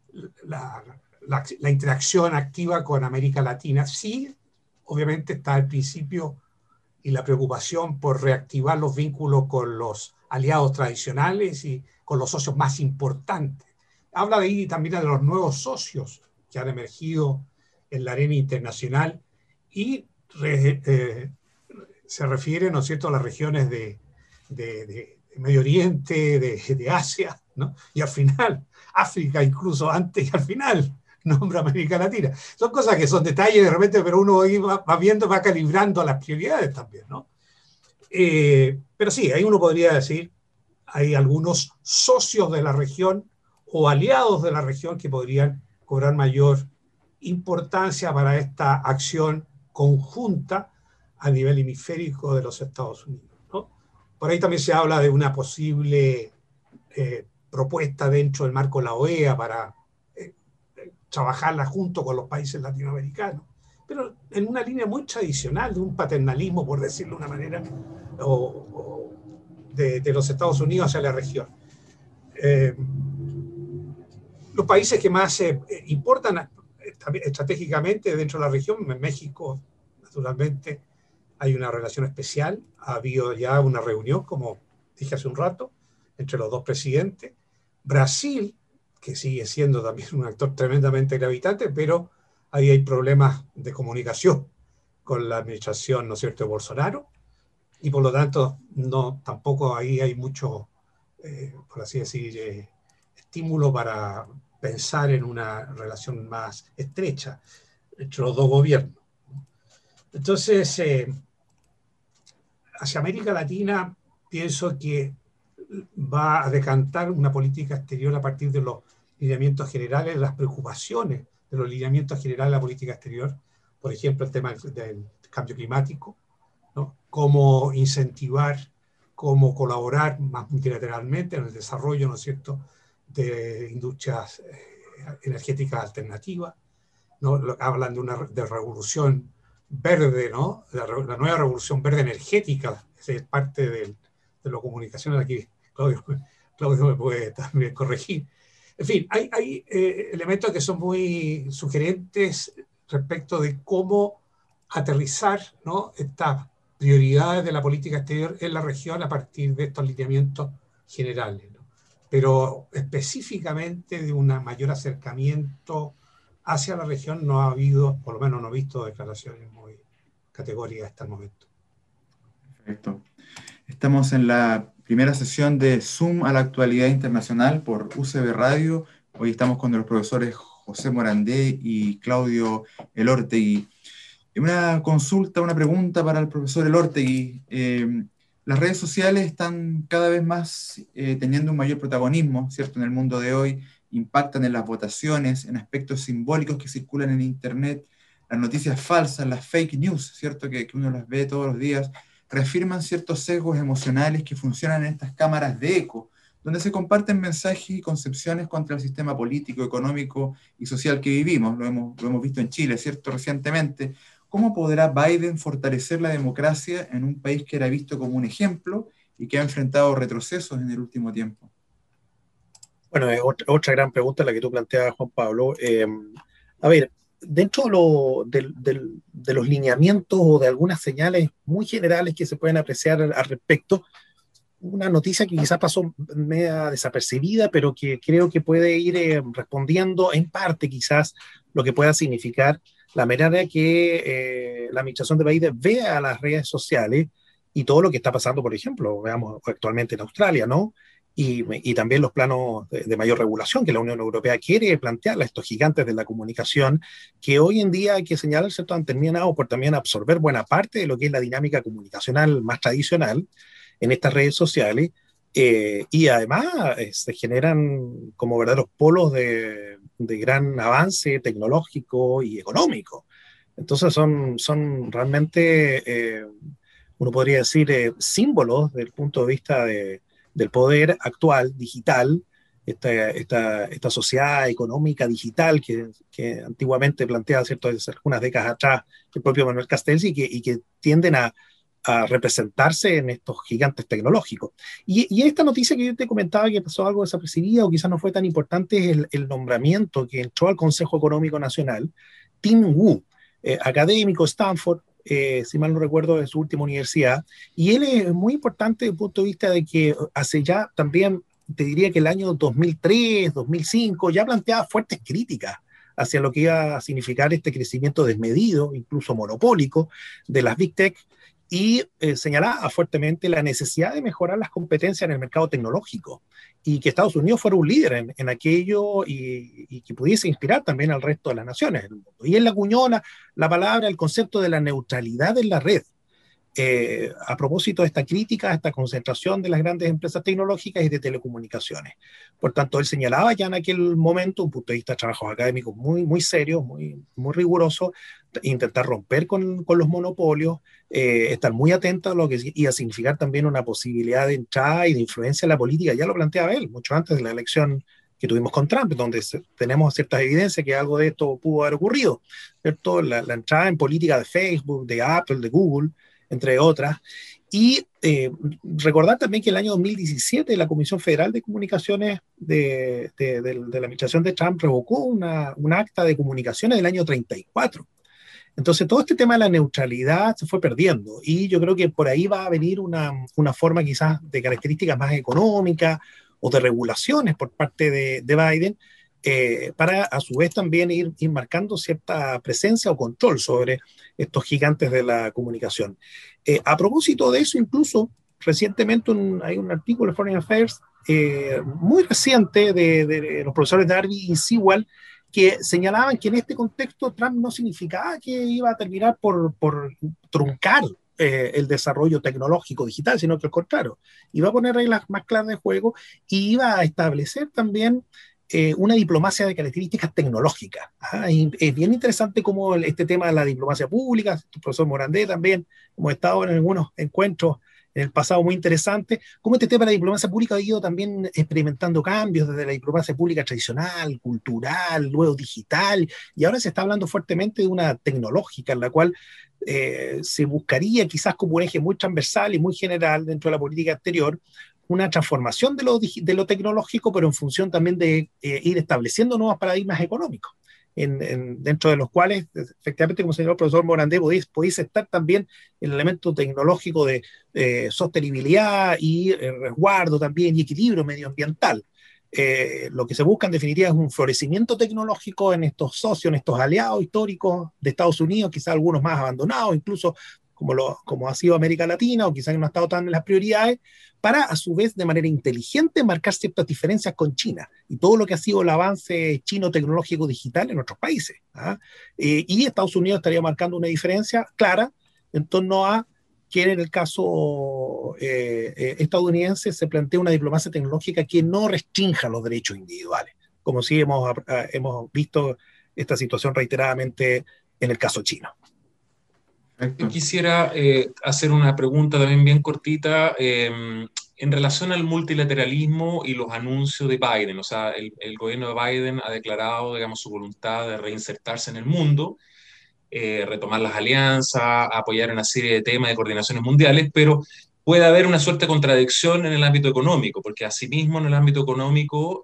interacción activa con América Latina. Sí, obviamente está el principio y la preocupación por reactivar los vínculos con los aliados tradicionales y con los socios más importantes. Habla de ahí también de los nuevos socios que han emergido en la arena internacional y se refiere, ¿no es cierto?, a las regiones de Medio Oriente, de Asia, ¿no? Y al final, África incluso antes y al final, nombra América Latina. Son cosas que son detalles de repente, pero uno va viendo, va calibrando las prioridades también, ¿no? Pero sí, ahí uno podría decir, hay algunos socios de la región o aliados de la región que podrían cobrar mayor importancia para esta acción conjunta a nivel hemisférico de los Estados Unidos, ¿no? Por ahí también se habla de una posible propuesta dentro del marco de la OEA para trabajarla junto con los países latinoamericanos, pero en una línea muy tradicional de un paternalismo, por decirlo de una manera, de los Estados Unidos hacia la región. Los países que más importan estratégicamente dentro de la región, en México, naturalmente, hay una relación especial. Ha habido ya una reunión, como dije hace un rato, entre los dos presidentes. Brasil, que sigue siendo también un actor tremendamente gravitante, pero ahí hay problemas de comunicación con la administración, ¿no es cierto?, de Bolsonaro, y por lo tanto tampoco ahí hay mucho, por así decir, estímulo para pensar en una relación más estrecha entre los dos gobiernos. Entonces, hacia América Latina pienso que va a decantar una política exterior a partir de los lineamientos generales, las preocupaciones de los lineamientos generales de la política exterior, por ejemplo, el tema del cambio climático, ¿no? Cómo incentivar, cómo colaborar más multilateralmente en el desarrollo, ¿no es cierto?, de industrias energéticas alternativas, ¿no? Hablan de revolución verde, ¿no? La nueva revolución verde energética, es parte de lo comunicacional aquí. Claudio me puede también corregir. En fin, hay elementos que son muy sugerentes respecto de cómo aterrizar, ¿no?, estas prioridades de la política exterior en la región a partir de estos lineamientos generales, ¿no? Pero específicamente de un mayor acercamiento hacia la región no ha habido, por lo menos no he visto declaraciones muy categóricas hasta el momento.
Perfecto. Estamos en la primera sesión de Zoom a la actualidad internacional por UCB Radio. Hoy estamos con los profesores José Morandé y Claudio Elortegui. Una consulta, una pregunta para el profesor Elortegui. Las redes sociales están cada vez más teniendo un mayor protagonismo, ¿cierto?, en el mundo de hoy. Impactan en las votaciones, en aspectos simbólicos que circulan en Internet, las noticias falsas, las fake news, ¿cierto?, que uno las ve todos los días, reafirman ciertos sesgos emocionales que funcionan en estas cámaras de eco, donde se comparten mensajes y concepciones contra el sistema político, económico y social que vivimos. Lo hemos visto en Chile, ¿cierto?, recientemente. ¿Cómo podrá Biden fortalecer la democracia en un país que era visto como un ejemplo y que ha enfrentado retrocesos en el último tiempo?
Bueno, otra gran pregunta la que tú planteas, Juan Pablo. A ver, dentro de los lineamientos o de algunas señales muy generales que se pueden apreciar al respecto, una noticia que quizás pasó media desapercibida, pero que creo que puede ir respondiendo en parte quizás lo que pueda significar la manera que la administración de Biden ve a las redes sociales y todo lo que está pasando, por ejemplo, veamos actualmente en Australia, ¿no? Y también los planos de mayor regulación que la Unión Europea quiere plantearle a estos gigantes de la comunicación, que hoy en día hay que señalar, ¿cierto?, han terminado por también absorber buena parte de lo que es la dinámica comunicacional más tradicional en estas redes sociales, y además se generan como verdaderos polos de gran avance tecnológico y económico. Entonces son realmente, uno podría decir, símbolos desde el punto de vista del poder actual, digital, esta sociedad económica digital que antiguamente planteaba, ¿cierto?, hace algunas décadas atrás el propio Manuel Castells y que tienden a representarse en estos gigantes tecnológicos. Y esta noticia que yo te comentaba que pasó algo desapercibida o quizás no fue tan importante es el nombramiento que entró al Consejo Económico Nacional, Tim Wu, académico, Stanford, si mal no recuerdo, de su última universidad. Y él es muy importante desde el punto de vista de que hace ya también, te diría que el año 2003, 2005, ya planteaba fuertes críticas hacia lo que iba a significar este crecimiento desmedido, incluso monopólico, de las Big Tech, y señalaba fuertemente la necesidad de mejorar las competencias en el mercado tecnológico y que Estados Unidos fuera un líder en aquello y que pudiese inspirar también al resto de las naciones del mundo. Y él acuñó la palabra, el concepto de la neutralidad en la red. A propósito de esta crítica, esta concentración de las grandes empresas tecnológicas y de telecomunicaciones. Por tanto, él señalaba ya en aquel momento, un punto de vista de trabajos académicos muy, muy serio, muy, muy riguroso, intentar romper con los monopolios, estar muy atento a lo que iba a significar también una posibilidad de entrada y de influencia en la política. Ya lo planteaba él, mucho antes de la elección que tuvimos con Trump, donde tenemos ciertas evidencias que algo de esto pudo haber ocurrido, ¿cierto? La entrada en política de Facebook, de Apple, de Google, entre otras. Y recordar también que el año 2017 la Comisión Federal de Comunicaciones de la administración de Trump revocó un acta de comunicaciones del año 34. Entonces todo este tema de la neutralidad se fue perdiendo y yo creo que por ahí va a venir una forma quizás de características más económicas o de regulaciones por parte de Biden, para a su vez también ir marcando cierta presencia o control sobre estos gigantes de la comunicación. A propósito de eso, incluso recientemente hay un artículo de Foreign Affairs muy reciente de los profesores Darby y Sewell que señalaban que en este contexto Trump no significaba que iba a terminar por truncar el desarrollo tecnológico digital, sino que al contrario, iba a poner reglas más claras de juego y iba a establecer también una diplomacia de características tecnológicas. Y es bien interesante cómo este tema de la diplomacia pública, el profesor Morandé también, hemos estado en algunos encuentros en el pasado muy interesantes, cómo este tema de la diplomacia pública ha ido también experimentando cambios desde la diplomacia pública tradicional, cultural, luego digital, y ahora se está hablando fuertemente de una tecnológica en la cual se buscaría quizás como un eje muy transversal y muy general dentro de la política exterior, una transformación de lo tecnológico, pero en función también de ir estableciendo nuevos paradigmas económicos, dentro de los cuales, efectivamente, como señaló el profesor Morandé, podéis estar también el elemento tecnológico de sostenibilidad y resguardo también y equilibrio medioambiental. Lo que se busca en definitiva es un florecimiento tecnológico en estos socios, en estos aliados históricos de Estados Unidos, quizás algunos más abandonados, incluso como ha sido América Latina, o quizás no ha estado tan en las prioridades, para a su vez de manera inteligente marcar ciertas diferencias con China y todo lo que ha sido el avance chino tecnológico digital en otros países. Y Estados Unidos estaría marcando una diferencia clara en torno a que en el caso estadounidense se plantea una diplomacia tecnológica que no restrinja los derechos individuales, como sí hemos visto esta situación reiteradamente en el caso chino.
Yo quisiera hacer una pregunta también bien cortita en relación al multilateralismo y los anuncios de Biden. O sea, el gobierno de Biden ha declarado, digamos, su voluntad de reinsertarse en el mundo, retomar las alianzas, apoyar una serie de temas de coordinaciones mundiales, pero puede haber una suerte de contradicción en el ámbito económico, porque asimismo en el ámbito económico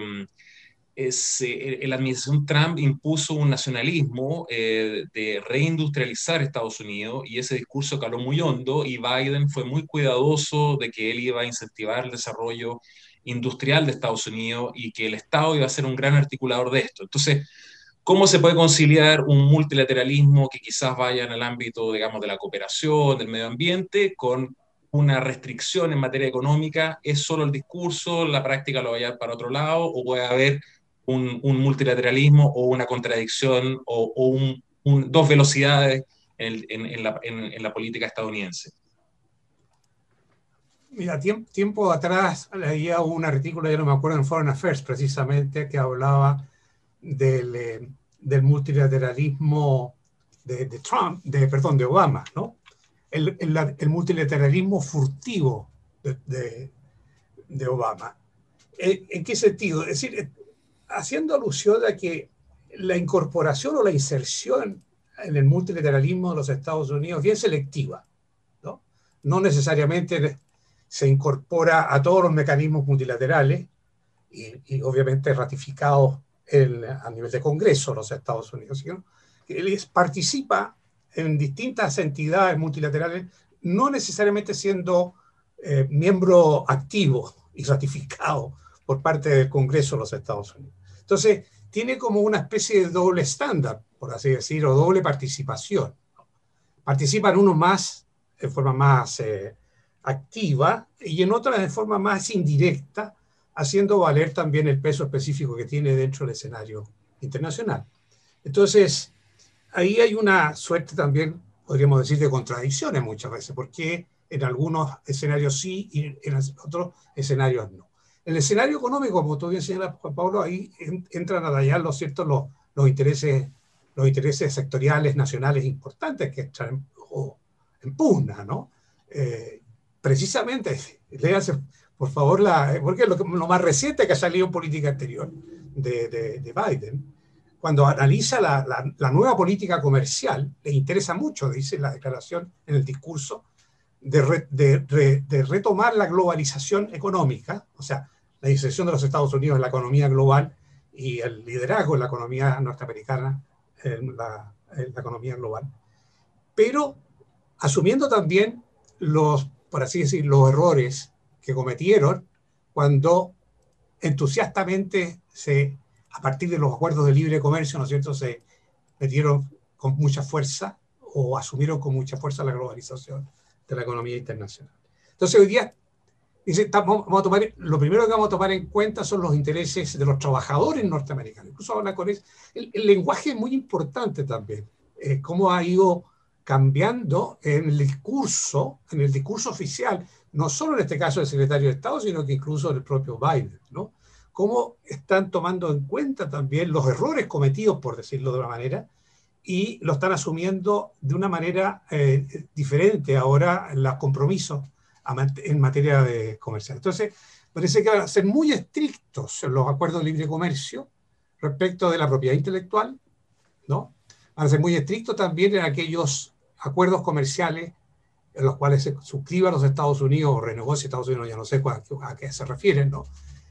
la administración Trump impuso un nacionalismo de reindustrializar Estados Unidos y ese discurso caló muy hondo y Biden fue muy cuidadoso de que él iba a incentivar el desarrollo industrial de Estados Unidos y que el Estado iba a ser un gran articulador de esto. Entonces, ¿cómo se puede conciliar un multilateralismo que quizás vaya en el ámbito, digamos, de la cooperación, del medio ambiente, con una restricción en materia económica? ¿Es solo el discurso, la práctica lo va a llevar para otro lado, o puede haber un multilateralismo o una contradicción o dos velocidades en la política estadounidense?
Mira, tiempo atrás leía un artículo, ya no me acuerdo, en Foreign Affairs precisamente, que hablaba del multilateralismo de Trump, de Obama, ¿no? El multilateralismo furtivo de Obama. ¿En qué sentido? Es decir, haciendo alusión a que la incorporación o la inserción en el multilateralismo de los Estados Unidos es bien selectiva, ¿no? No necesariamente se incorpora a todos los mecanismos multilaterales y obviamente ratificados a nivel de Congreso de los Estados Unidos, sino que él participa en distintas entidades multilaterales, no necesariamente siendo miembro activo y ratificado por parte del Congreso de los Estados Unidos. Entonces, tiene como una especie de doble estándar, por así decir, o doble participación. Participan unos más en forma más activa y en otras de forma más indirecta, haciendo valer también el peso específico que tiene dentro del escenario internacional. Entonces, ahí hay una suerte también, podríamos decir, de contradicciones muchas veces, porque en algunos escenarios sí y en otros escenarios no. En el escenario económico, como tú bien señalas, Juan Pablo, ahí entran a rayar los intereses sectoriales nacionales importantes que están en pugna, ¿no? Precisamente, léase por favor, porque es lo más reciente que ha salido en política exterior de Biden. Cuando analiza la nueva política comercial, le interesa mucho, dice la declaración en el discurso, de retomar la globalización económica, o sea, la inserción de los Estados Unidos en la economía global y el liderazgo en la economía norteamericana, en la economía global, pero asumiendo también por así decir, los errores que cometieron cuando entusiastamente a partir de los acuerdos de libre comercio, ¿no es cierto?, se metieron con mucha fuerza o asumieron con mucha fuerza la globalización de la economía internacional. Entonces hoy día dice, lo primero que vamos a tomar en cuenta son los intereses de los trabajadores norteamericanos. Incluso habla con eso. El lenguaje es muy importante también, cómo ha ido cambiando en el discurso oficial, no solo en este caso del secretario de Estado, sino que incluso del propio Biden, ¿no? Cómo están tomando en cuenta también los errores cometidos, por decirlo de una manera, y lo están asumiendo de una manera diferente ahora los compromisos en materia de comercial. Entonces, parece que van a ser muy estrictos en los acuerdos de libre comercio respecto de la propiedad intelectual, ¿no? Van a ser muy estrictos también en aquellos acuerdos comerciales en los cuales se suscriban los Estados Unidos o renegocie Estados Unidos, ya no sé a qué se refieren, ¿no?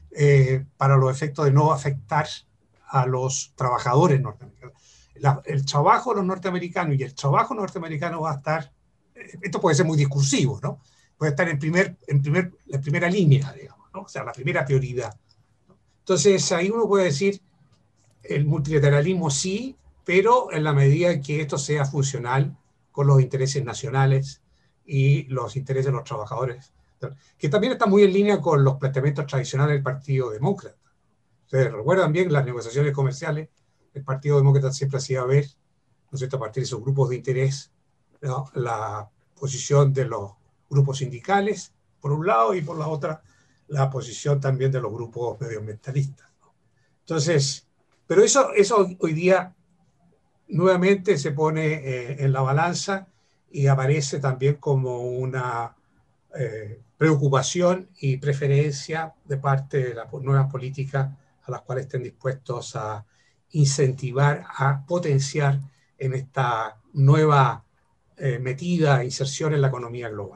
Para los efectos de no afectar a los trabajadores norteamericanos. El trabajo de los norteamericanos y el trabajo norteamericano va a estar, esto puede ser muy discursivo, ¿no? Puede estar en la primera línea, digamos, ¿no? O sea, la primera prioridad. Entonces, ahí uno puede decir, el multilateralismo sí, pero en la medida que esto sea funcional con los intereses nacionales y los intereses de los trabajadores, que también está muy en línea con los planteamientos tradicionales del Partido Demócrata. Ustedes recuerdan bien las negociaciones comerciales, el Partido Demócrata siempre hacía ver, ¿no es cierto?, a partir de esos grupos de interés, ¿no?, la posición de los grupos sindicales, por un lado, y por la otra, la posición también de los grupos medioambientalistas, ¿no? Entonces, pero eso hoy día nuevamente se pone en la balanza y aparece también como una preocupación y preferencia de parte de las nuevas políticas a las cuales estén dispuestos a incentivar, a potenciar en esta nueva inserción en la economía global.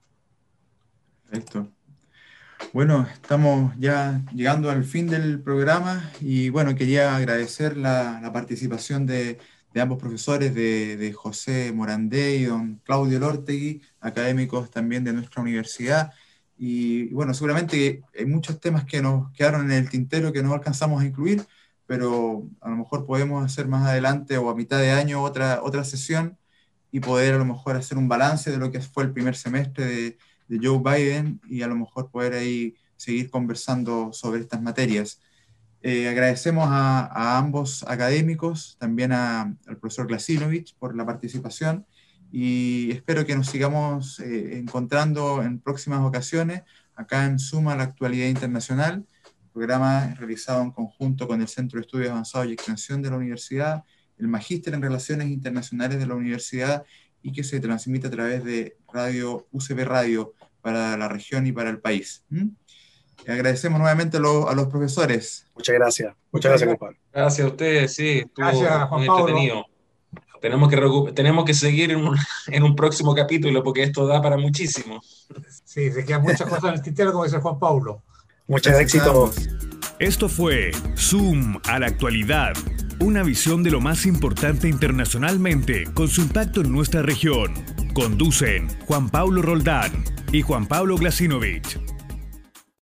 Perfecto. Bueno, estamos ya llegando al fin del programa y bueno, quería agradecer la participación de ambos profesores, de José Morandé y don Claudio Lortegui, académicos también de nuestra universidad. Y bueno, seguramente hay muchos temas que nos quedaron en el tintero que no alcanzamos a incluir, pero a lo mejor podemos hacer más adelante o a mitad de año otra sesión y poder a lo mejor hacer un balance de lo que fue el primer semestre de Joe Biden y a lo mejor poder ahí seguir conversando sobre estas materias. Agradecemos a ambos académicos, también al profesor Glasinovich por la participación y espero que nos sigamos encontrando en próximas ocasiones acá en Suma la Actualidad Internacional, programa realizado en conjunto con el Centro de Estudios Avanzados y Extensión de la Universidad, el Magíster en Relaciones Internacionales de la Universidad y que se transmite a través de Radio UCB Radio para la región y para el país. Agradecemos nuevamente a los profesores.
Muchas gracias. Muchas gracias, Juan Pablo.
Gracias a ustedes, sí, estuvo
Gracias, Juan
muy
Pablo.
entretenido. Tenemos que seguir en un próximo capítulo porque esto da para muchísimo.
Sí, se quedan muchas cosas en el tintero, como dice Juan Pablo.
Muchas éxitos.
Esto fue Zoom a la Actualidad, Una visión de lo más importante internacionalmente con su impacto en nuestra región. Conducen Juan Pablo Roldán y Juan Pablo Glasinovich.